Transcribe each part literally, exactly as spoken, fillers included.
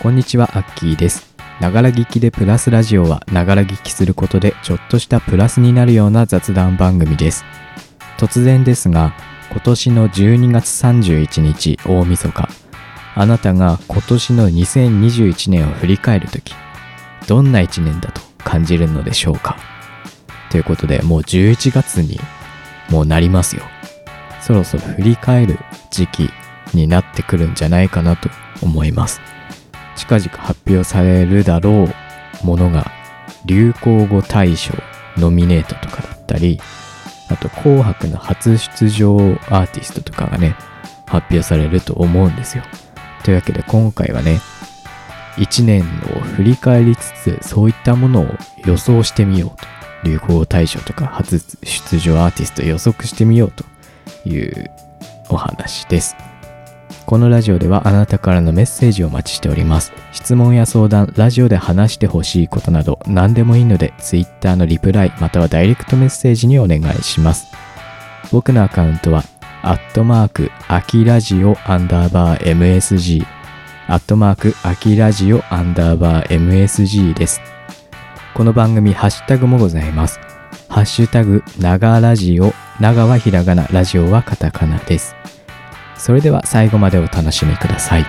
こんにちは、アッキーです。ながら聞きでプラスラジオは、ながら聞きすることでちょっとしたプラスになるような雑談番組です。突然ですが、今年のじゅうにがつさんじゅういちにち大晦日、あなたが今年のにせんにじゅういちねんを振り返るとき、どんないちねんだと感じるのでしょうか。ということで、もうじゅういちがつにもうなりますよ。そろそろ振り返る時期になってくるんじゃないかなと思います。近々発表されるだろうものが流行語大賞ノミネートとかだったり、あと紅白の初出場アーティストとかがね発表されると思うんですよ。というわけで今回はねいちねんを振り返りつつ、そういったものを予想してみようと、流行語大賞とか初出場アーティストを予測してみようというお話です。このラジオではあなたからのメッセージをお待ちしております。質問や相談、ラジオで話してほしいことなど何でもいいので、Twitter のリプライまたはダイレクトメッセージにお願いします。僕のアカウントはアットマークアキラジオアンダーバー エムエスジー アットマークアキラジオアンダーバー エムエスジー です。この番組ハッシュタグもございます。ハッシュタグながラジオ、ながはひらがな、ラジオはカタカナです。それでは最後までお楽しみください。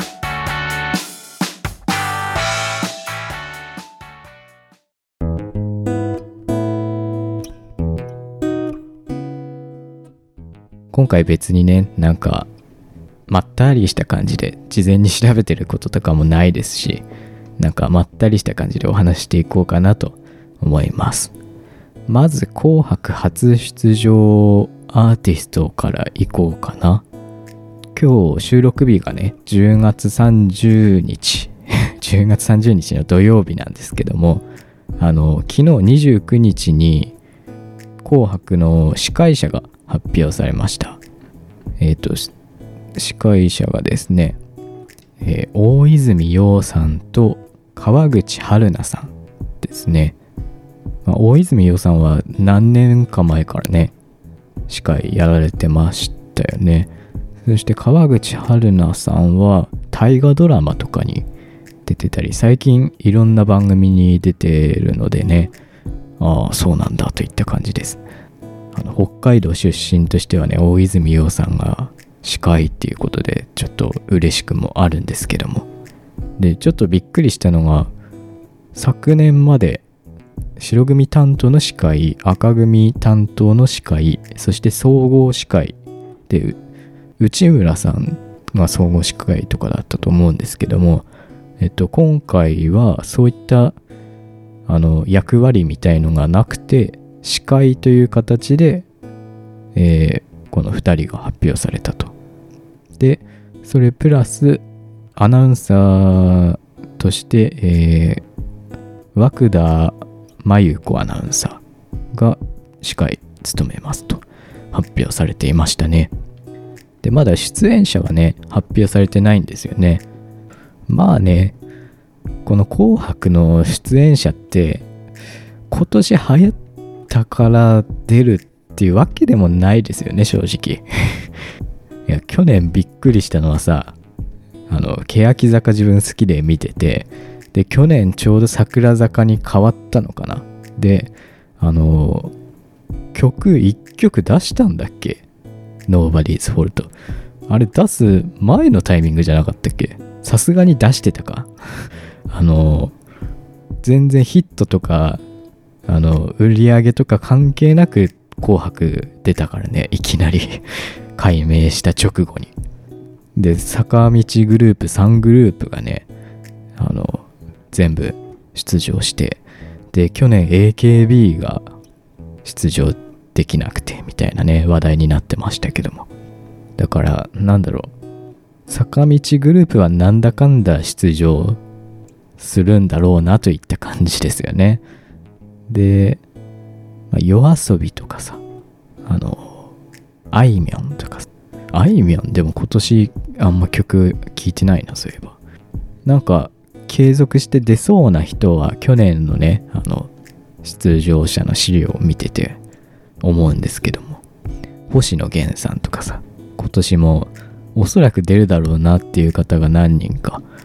今回別にね、なんかまったりした感じで事前に調べてることとかもないですし、なんかまったりした感じでお話していこうかなと思います。まず紅白初出場アーティストからいこうかな。今日収録日がねじゅうがつさんじゅうにちじゅうがつさんじゅうにちの土曜日なんですけども、あの昨日にじゅうくにちに紅白の司会者が発表されました。えっと司会者がですね、えー、大泉洋さんと川口春奈さんですね。まあ、大泉洋さんは何年か前からね司会やられてましたよね。そして川口春奈さんは大河ドラマとかに出てたり、最近いろんな番組に出てるのでね、ああそうなんだといった感じです。あの北海道出身としてはね、大泉洋さんが司会っていうことでちょっと嬉しくもあるんですけども、でちょっとびっくりしたのが、昨年まで白組担当の司会、赤組担当の司会、そして総合司会で内村さんが総合司会とかだったと思うんですけども、えっと今回はそういったあの役割みたいのがなくて、司会という形で、えー、このふたりが発表されたと。でそれプラスアナウンサーとして、えー、涌田真由子アナウンサーが司会務めますと発表されていましたね。でまだ出演者はね発表されてないんですよね。まあね、この紅白の出演者って今年流行ったから出るっていうわけでもないですよね、正直。いや去年びっくりしたのはさ、あの欅坂自分好きで見てて、で去年ちょうど桜坂に変わったのかな。であの曲いっきょく出したんだっけ、Nobody's Fault。 あれ出す前のタイミングじゃなかったっけ。さすがに出してたか。あの全然ヒットとかあの売り上げとか関係なく紅白出たからね、いきなり改名した直後に。で坂道グループさんグループがねあの全部出場して、で去年 エーケービー が出場できなくてみたいなね話題になってましたけども、だからなんだろう、坂道グループはなんだかんだ出場するんだろうなといった感じですよね。で、まあ、夜遊びとかさ、あのあいみょんとか、あいみょんでも今年あんま曲聴いてないな、そういえば。なんか継続して出そうな人は去年のねあの出場者の資料を見てて思うんですけども、星野源さんとかさ、今年もおそらく出るだろうなっていう方が何人か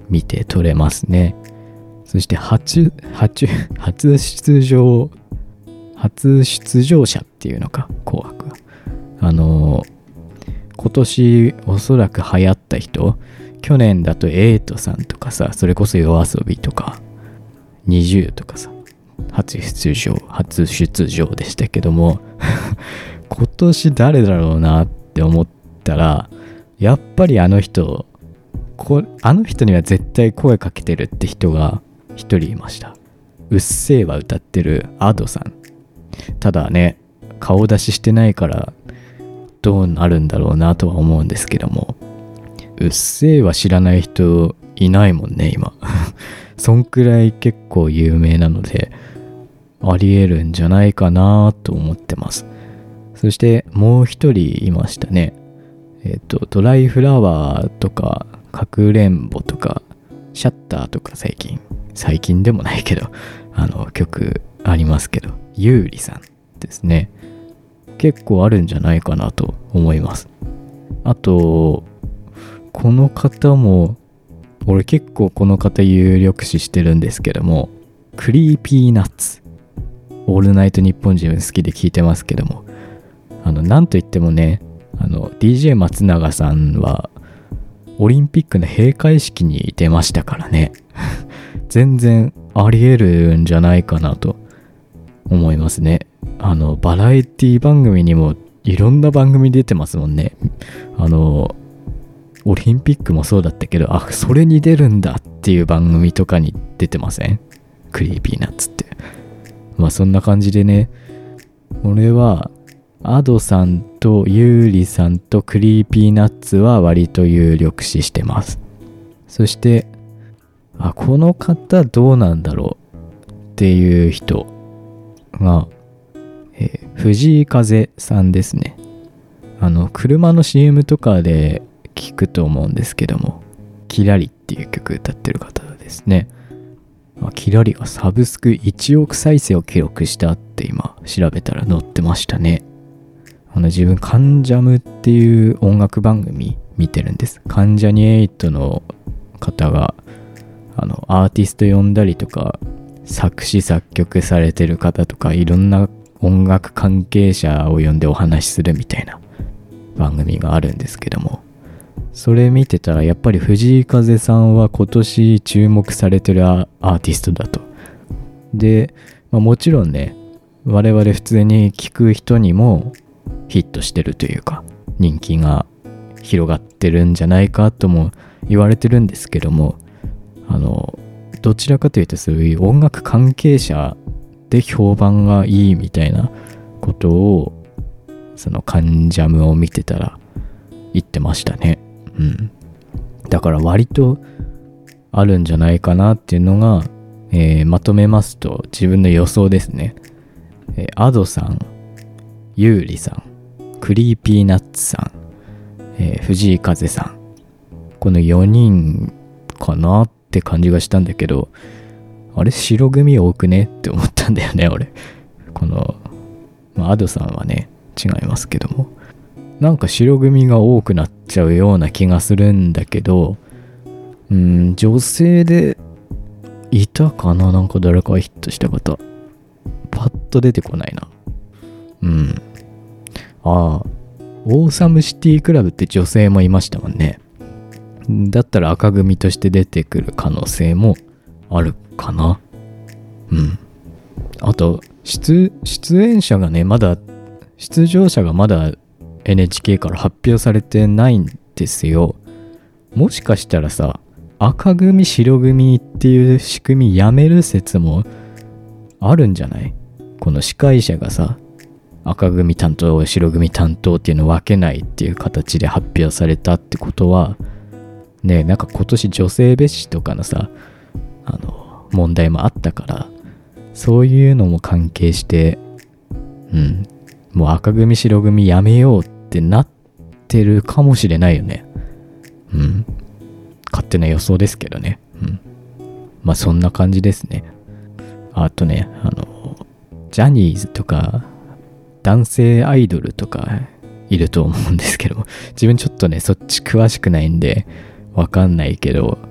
見て取れますね。そして初、初、初出場、初出場者っていうのか、紅白は。あのー、今年おそらく流行った人、去年だとエイトさんとかさ、それこそ夜遊びとか、にじゅうとかさ、初出場、初出場でしたけども、今年誰だろうなって思ったら、やっぱりあの人、こあの人には絶対声かけてるって人が一人いました。うっせぇわ歌ってるアドさん。ただね、顔出ししてないからどうなるんだろうなとは思うんですけども、うっせぇわ知らない人いないもんね今。そんくらい結構有名なので、ありえるんじゃないかなと思ってます。そしてもう一人いましたね。えっと、ドライフラワーとか、かくれんぼとか、シャッターとか最近、最近でもないけど、あの曲ありますけど、ゆうりさんですね。結構あるんじゃないかなと思います。あと、この方も、俺結構この方有力視してるんですけども、クリーピーナッツ。オールナイトニッポン人好きで聞いてますけども、あの、なんといってもね、あの ディージェー 松永さんはオリンピックの閉会式に出ましたからね。全然ありえるんじゃないかなと思いますね。あのバラエティ番組にもいろんな番組出てますもんね。あのオリンピックもそうだったけど、あ、それに出るんだっていう番組とかに出てません？クリーピーナッツって。まあそんな感じでね、俺はアドさんとユーリさんとクリーピーナッツは割と有力視してます。そしてあ、この方どうなんだろうっていう人が、えー、藤井風さんですね。あの車の シーエム とかで聞くと思うんですけども、キラリっていう曲歌ってる方ですね。あ、キラリがサブスクいちおく再生を記録したって今調べたら載ってましたね。あの自分カンジャムっていう音楽番組見てるんです。関ジャニエイトの方があのアーティスト呼んだりとか、作詞作曲されてる方とか、いろんな音楽関係者を呼んでお話しするみたいな番組があるんですけども、それ見てたらやっぱり藤井風さんは今年注目されてるアーティストだと。で、まあ、もちろんね、我々普通に聞く人にもヒットしてるというか、人気が広がってるんじゃないかとも言われてるんですけども、あのどちらかというとそういう音楽関係者で評判がいいみたいなことを、そのカンジャムを見てたら言ってましたね。うん。だから割とあるんじゃないかなっていうのが、えー、まとめますと自分の予想ですね。えー、アドさん、ユーリさん、クリーピーナッツさん、えー、藤井風さん、このよにんかなって感じがしたんだけど、あれ白組多くねって思ったんだよね俺。この、まあ、アドさんはね違いますけども、なんか白組が多くなっちゃうような気がするんだけど、うーん、女性でいたかな、なんか誰かヒットした方。パッと出てこないな。うん。ああ、オーサムシティクラブって女性もいましたもんね。だったら赤組として出てくる可能性もあるかな。うん。あと、出、出演者がね、まだ、出場者がまだ エヌエイチケー から発表されてないんですよ。もしかしたらさ、赤組白組っていう仕組みやめる説もあるんじゃない？この司会者がさ、赤組担当白組担当っていうのを分けないっていう形で発表されたってことはね、なんか今年女性蔑視とかのさ、あの問題もあったから、そういうのも関係して、うん、もう赤組白組やめようってなってるかもしれないよね。うん。勝手な予想ですけどね。うん。まあそんな感じですね。あとね、あの、ジャニーズとか、男性アイドルとかいると思うんですけども、自分ちょっとね、そっち詳しくないんで、わかんないけど、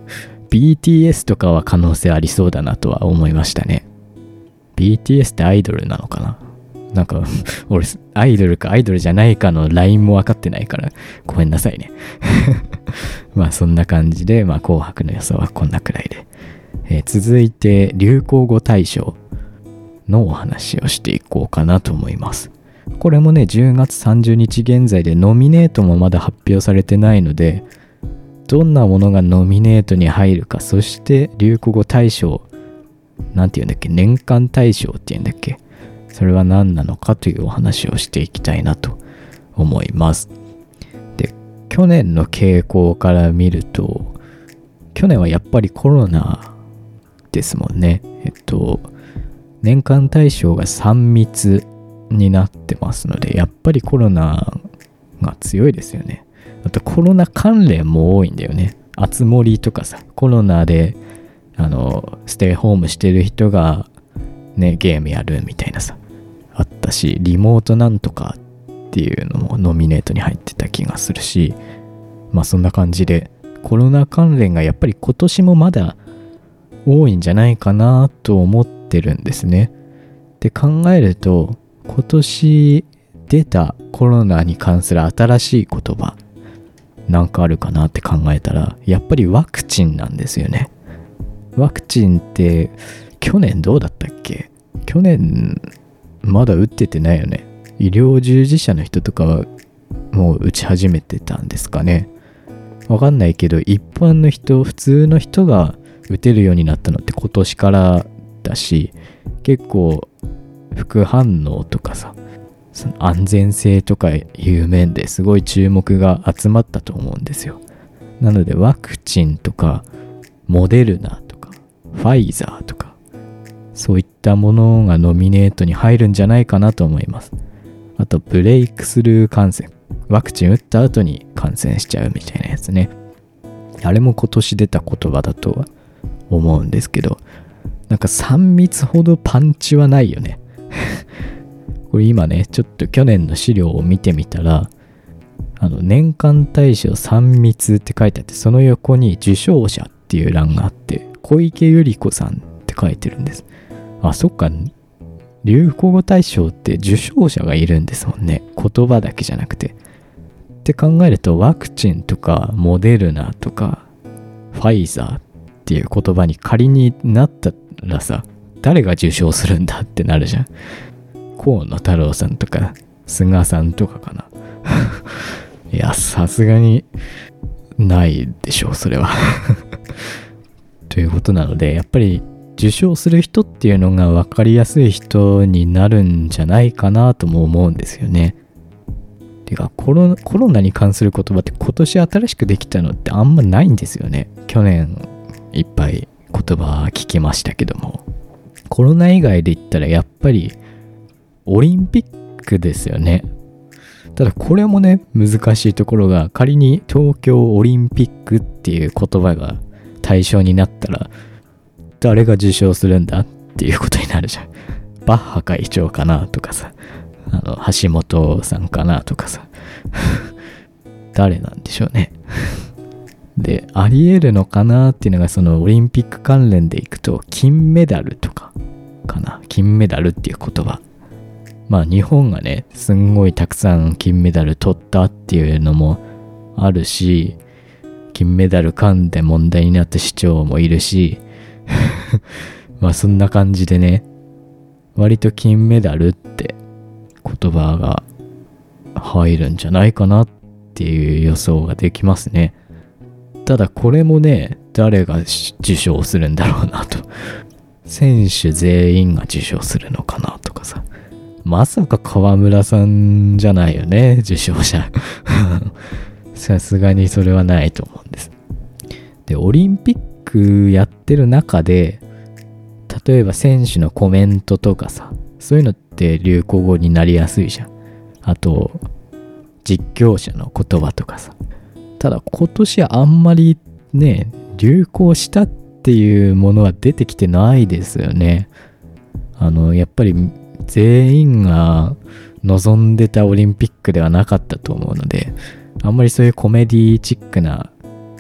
ビーティーエス とかは可能性ありそうだなとは思いましたね。ビーティーエス ってアイドルなのかな。なんか俺アイドルかアイドルじゃないかのラインも分かってないからごめんなさいねまあそんな感じで、まあ、紅白の予想はこんなくらいで、えー、続いて流行語大賞のお話をしていこうかなと思います。これもねじゅうがつさんじゅうにち現在でノミネートもまだ発表されてないので、どんなものがノミネートに入るか、そして流行語大賞なんていうんだっけ、年間大賞っていうんだっけ、それは何なのかというお話をしていきたいなと思います。で、去年の傾向から見ると、去年はやっぱりコロナですもんね。えっと年間大賞がさん密になってますので、やっぱりコロナが強いですよね。あとコロナ関連も多いんだよね。あつ森とかさ、コロナであのステイホームしてる人がねゲームやるみたいなさあったし、リモートなんとかっていうのもノミネートに入ってた気がするし、まあそんな感じでコロナ関連がやっぱり今年もまだ多いんじゃないかなと思ってるんですね。で考えると、今年出たコロナに関する新しい言葉なんかあるかなって考えたら、やっぱりワクチンなんですよね。ワクチンって去年どうだったっけ？去年まだ打っててないよね。医療従事者の人とかはもう打ち始めてたんですかね。わかんないけど、一般の人、普通の人が打てるようになったのって今年からだし、結構副反応とかさ、その安全性とかいう面ですごい注目が集まったと思うんですよ。なのでワクチンとかモデルナとかファイザーとかそういったものがノミネートに入るんじゃないかなと思います。あとブレイクスルー感染、ワクチン打った後に感染しちゃうみたいなやつね。あれも今年出た言葉だとは思うんですけど、なんかさん密ほどパンチはないよねこれ今ねちょっと去年の資料を見てみたら、あの年間大賞さん密って書いてあって、その横に受賞者っていう欄があって、小池百合子さんって書いてるんです。あ、そっか、流行語大賞って受賞者がいるんですもんね。言葉だけじゃなくて。って考えると、ワクチンとかモデルナとかファイザーっていう言葉に仮になったらさ、誰が受賞するんだってなるじゃん。河野太郎さんとか菅さんとかかな。いや、さすがにないでしょう、それは。ということなので、やっぱり受賞する人っていうのが分かりやすい人になるんじゃないかなとも思うんですよね。てかコロ、コロナに関する言葉って今年新しくできたのってあんまないんですよね。去年いっぱい言葉聞きましたけども、コロナ以外で言ったらやっぱりオリンピックですよね。ただこれもね難しいところが、仮に東京オリンピックっていう言葉が対象になったら誰が受賞するんだっていうことになるじゃん。バッハ会長かなとかさ、あの橋本さんかなとかさ誰なんでしょうね。でありえるのかなっていうのが、そのオリンピック関連でいくと金メダルとかかな。金メダルっていう言葉、まあ日本がねすんごいたくさん金メダル取ったっていうのもあるし、金メダル関で問題になった市長もいるしまあそんな感じでね、割と金メダルって言葉が入るんじゃないかなっていう予想ができますね。ただこれもね、誰が受賞するんだろうなと。選手全員が受賞するのかなとかさ。まさか河村さんじゃないよね、受賞者。さすがにそれはないと思うんです。で、オリンピックやってる中で、例えば選手のコメントとかさ、そういうのって流行語になりやすいじゃん。あと、実況者の言葉とかさ。ただ今年あんまりね、流行したっていうものは出てきてないですよね。あの、やっぱり全員が望んでたオリンピックではなかったと思うので、あんまりそういうコメディチックな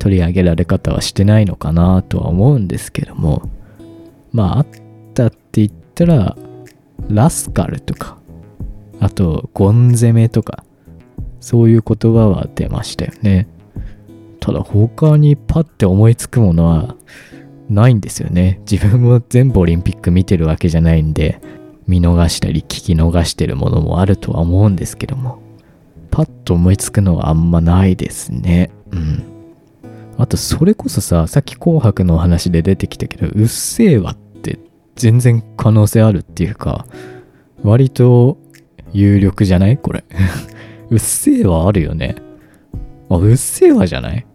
取り上げられ方はしてないのかなとは思うんですけども、まああったって言ったらラスカルとか、あとゴン攻めとか、そういう言葉は出ましたよね。ただ他にパッて思いつくものはないんですよね。自分も全部オリンピック見てるわけじゃないんで、見逃したり聞き逃してるものもあるとは思うんですけども、パッと思いつくのはあんまないですね。うん。あとそれこそさ、さっき紅白のお話で出てきたけど、うっせぇわって全然可能性あるっていうか、割と有力じゃないこれ。うっせぇわあるよね。あ、うっせぇわじゃない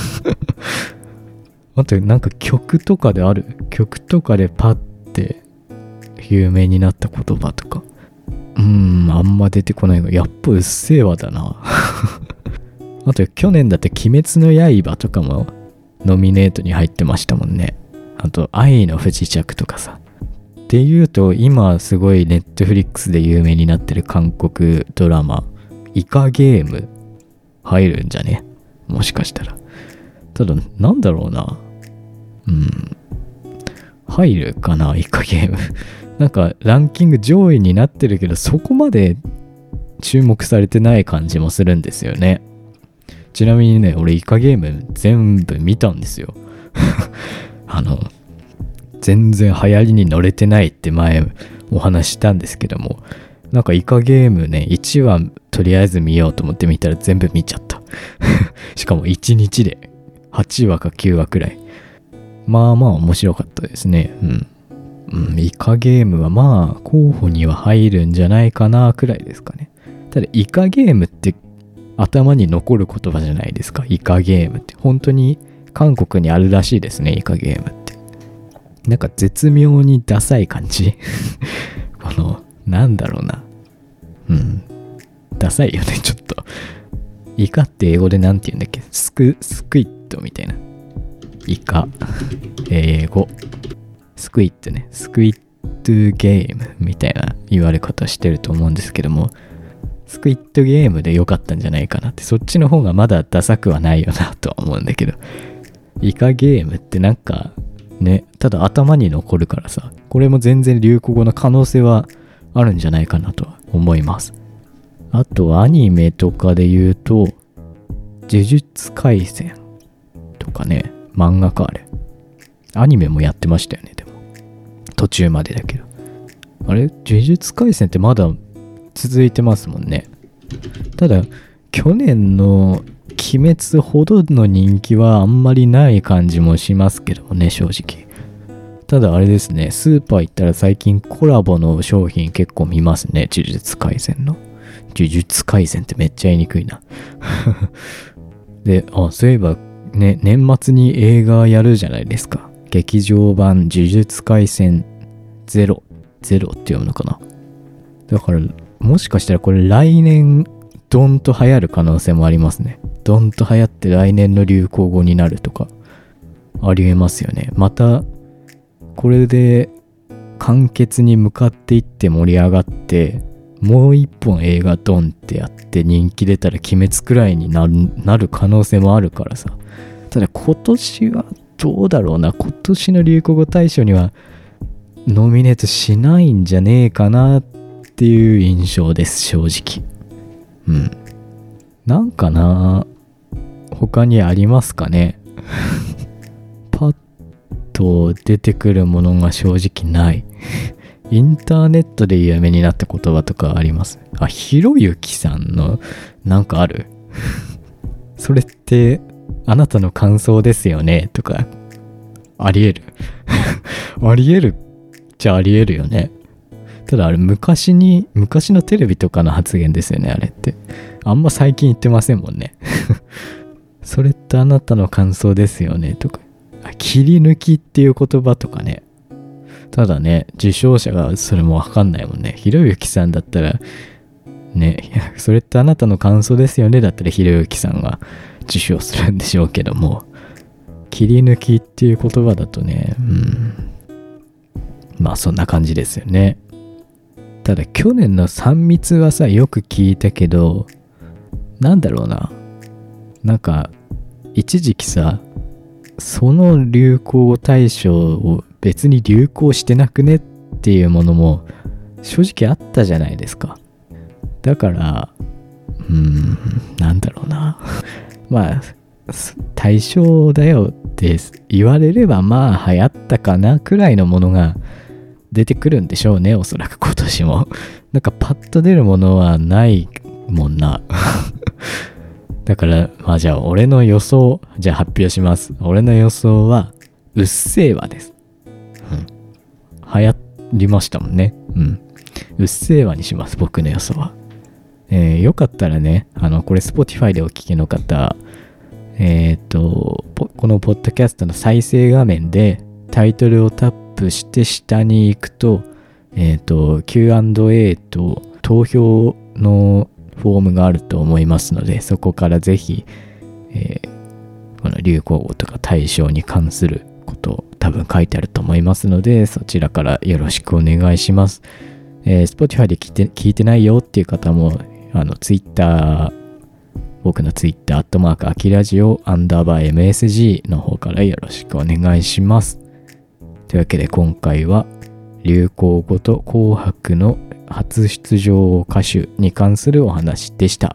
あとなんか曲とかである曲とかでパッて有名になった言葉とか。うーん、あんま出てこないが、やっぱうっせぇわだな。あと去年だって鬼滅の刃とかもノミネートに入ってましたもんね。あと愛の不時着とかさ。っていうと今すごいネットフリックスで有名になってる韓国ドラマイカゲーム入るんじゃね？もしかしたら。ただなんだろうな。うん。入るかなイカゲーム。なんかランキング上位になってるけどそこまで注目されてない感じもするんですよね。ちなみにね、俺イカゲーム全部見たんですよ。あの、全然流行りに乗れてないって前お話したんですけども、なんかイカゲームね、いちわとりあえず見ようと思って見たら全部見ちゃった。しかもいちにちではちわかきゅうわくらい。まあまあ面白かったですね。うん。うん、イカゲームはまあ候補には入るんじゃないかなくらいですかね。ただイカゲームって頭に残る言葉じゃないですか。イカゲームって本当に韓国にあるらしいですね。イカゲームってなんか絶妙にダサい感じ。このなんだろうな、うんダサいよねちょっと。イカって英語でなんて言うんだっけ？スクスクイットみたいな。イカ英語スクイットね、スクイットゲームみたいな言われ方してると思うんですけども、スクイットゲームで良かったんじゃないかなって、そっちの方がまだダサくはないよなとは思うんだけど、イカゲームってなんかね、ただ頭に残るからさ、これも全然流行語の可能性はあるんじゃないかなとは思います。あとアニメとかで言うと呪術廻戦とかね、漫画かあれ。アニメもやってましたよね。でも途中までだけど、あれ呪術廻戦ってまだ続いてますもんね。ただ去年の鬼滅ほどの人気はあんまりない感じもしますけどね、正直。ただあれですね、スーパー行ったら最近コラボの商品結構見ますね。呪術廻戦の呪術廻戦ってめっちゃ言いにくいな。で、あ、そういえばね、年末に映画やるじゃないですか。劇場版呪術廻戦ゼロゼロって読むのかな。だからもしかしたらこれ来年ドンと流行る可能性もありますね。ドンと流行って来年の流行語になるとかありえますよね。またこれで完結に向かっていって盛り上がって、もう一本映画ドンってやって人気出たら鬼滅くらいになる、なる可能性もあるからさ。ただ今年はどうだろうな。今年の流行語大賞にはノミネートしないんじゃねえかなっていう印象です、正直。うん。なんかな、他にありますかね。パッと出てくるものが正直ない。インターネットで有名になった言葉とかあります？あ、ひろゆきさんのなんかある？それってあなたの感想ですよねとかありえる？ありえるじゃありえるよね。ただあれ昔に昔のテレビとかの発言ですよね、あれって。あんま最近言ってませんもんね。それってあなたの感想ですよねとか、切り抜きっていう言葉とかね。ただね、受賞者がそれもわかんないもんね。ひろゆきさんだったらね、それってあなたの感想ですよねだったらひろゆきさんが受賞するんでしょうけども、切り抜きっていう言葉だとね、うん、まあそんな感じですよね。ただ去年のさん密はさ、よく聞いたけど、なんだろうな、なんか一時期さ、その流行語大賞を別に流行してなくねっていうものも正直あったじゃないですか。だからうーんなんだろうなまあ大賞だよって言われればまあ流行ったかなくらいのものが出てくるんでしょうね、おそらく今年も。なんかパッと出るものはないもんなだからまあじゃあ俺の予想、じゃあ発表します。俺の予想はうっせぇわです、うん、流行りましたもんね。うんうっせぇわにします、僕の予想は。えー、よかったらね、あのこれ Spotify でお聞きの方、えっとこのポッドキャストの再生画面でタイトルをタップして下に行くと、えっと キューアンドエー と投票のフォームがあると思いますので、そこからぜひ、えー、この流行語とか大賞に関することを多分書いてあると思いますので、そちらからよろしくお願いします。えー、Spotify で聞いて、聞いてないよっていう方も、あの Twitter、僕の Twitter、アットマーク、アキラジオ、アンダーバー エムエスジー の方からよろしくお願いします。というわけで今回は、流行語と紅白の初出場歌手に関するお話でした。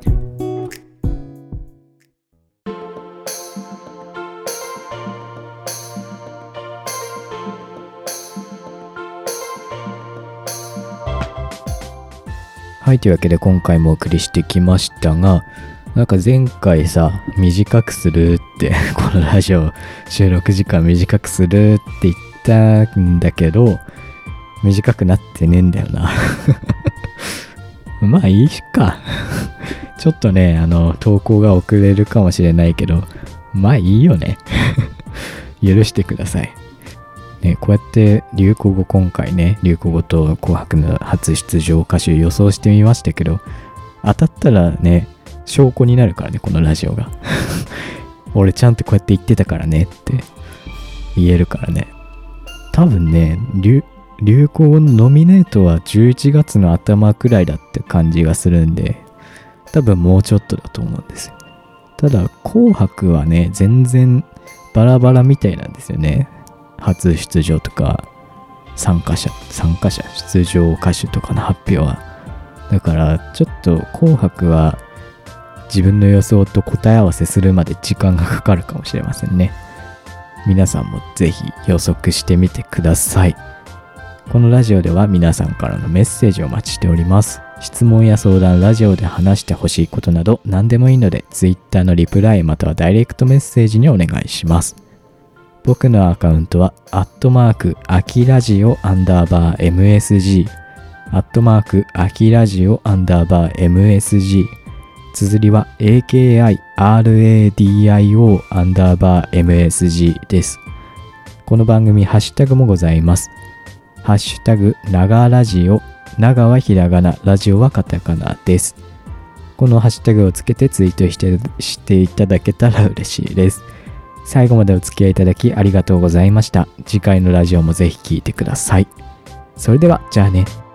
はい、というわけで今回もお送りしてきましたが、なんか前回さ、短くするってこのラジオ収録時間短くするって言ったんだけど、短くなってねえんだよなまあいいかちょっとね、あの投稿が遅れるかもしれないけど、まあいいよね許してくださいね。こうやって流行語、今回ね流行語と紅白の初出場歌手予想してみましたけど、当たったらね証拠になるからね、このラジオが俺ちゃんとこうやって言ってたからねって言えるからね。多分ね流流行語のノミネートはじゅういちがつの頭くらいだって感じがするんで、多分もうちょっとだと思うんですよ。ただ紅白はね全然バラバラみたいなんですよね。初出場とか参加者参加者出場歌手とかの発表は。だからちょっと紅白は自分の予想と答え合わせするまで時間がかかるかもしれませんね。皆さんもぜひ予測してみてください。このラジオでは皆さんからのメッセージをお待ちしております。質問や相談、ラジオで話してほしいことなど何でもいいので Twitter のリプライまたはダイレクトメッセージにお願いします。僕のアカウントはアットマークアキラジオアンダーバー エムエスジー アットマークアキラジオアンダーバー エムエスジー、 綴りは エーケーアイアールエーディーアイオー アンダーバー エムエスジー です。この番組ハッシュタグもございます。ハッシュタグながラジオ、ながはひらがな、ラジオはカタカナです。このハッシュタグをつけてツイートしてしていただけたら嬉しいです。最後までお付き合いいただきありがとうございました。次回のラジオもぜひ聞いてください。それではじゃあね。